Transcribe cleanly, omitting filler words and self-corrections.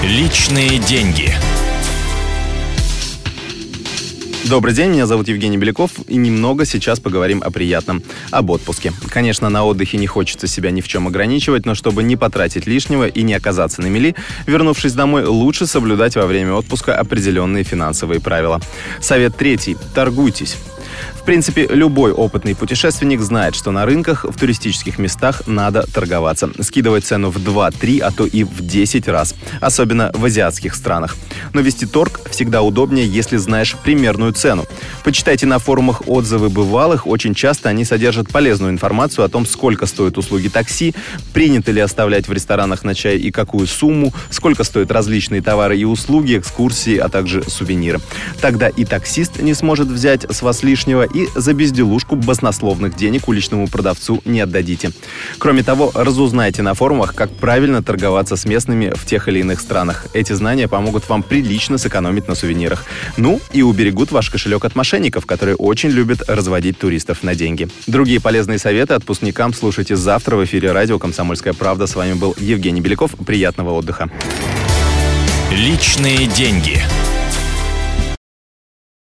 Личные деньги. Добрый день, меня зовут Евгений Беляков, и немного сейчас поговорим о приятном, об отпуске. Конечно, на отдыхе не хочется себя ни в чем ограничивать, но чтобы не потратить лишнего и не оказаться на мели, вернувшись домой, лучше соблюдать во время отпуска определенные финансовые правила. Совет третий. Торгуйтесь. В принципе, любой опытный путешественник знает, что на рынках, в туристических местах надо торговаться. Скидывать цену в 2-3, а то и в 10 раз. Особенно в азиатских странах. Но вести торг всегда удобнее, если знаешь примерную цену. Почитайте на форумах отзывы бывалых. Очень часто они содержат полезную информацию о том, сколько стоят услуги такси, принято ли оставлять в ресторанах на чай и какую сумму, сколько стоят различные товары и услуги, экскурсии, а также сувениры. Тогда и таксист не сможет взять с вас лишнего, и за безделушку баснословных денег уличному продавцу не отдадите. Кроме того, разузнайте на форумах, как правильно торговаться с местными в тех или иных странах. Эти знания помогут вам прилично сэкономить на сувенирах. Ну и уберегут ваш кошелек от мошенников, которые очень любят разводить туристов на деньги. Другие полезные советы отпускникам слушайте завтра в эфире радио «Комсомольская правда». С вами был Евгений Беляков. Приятного отдыха. Личные деньги.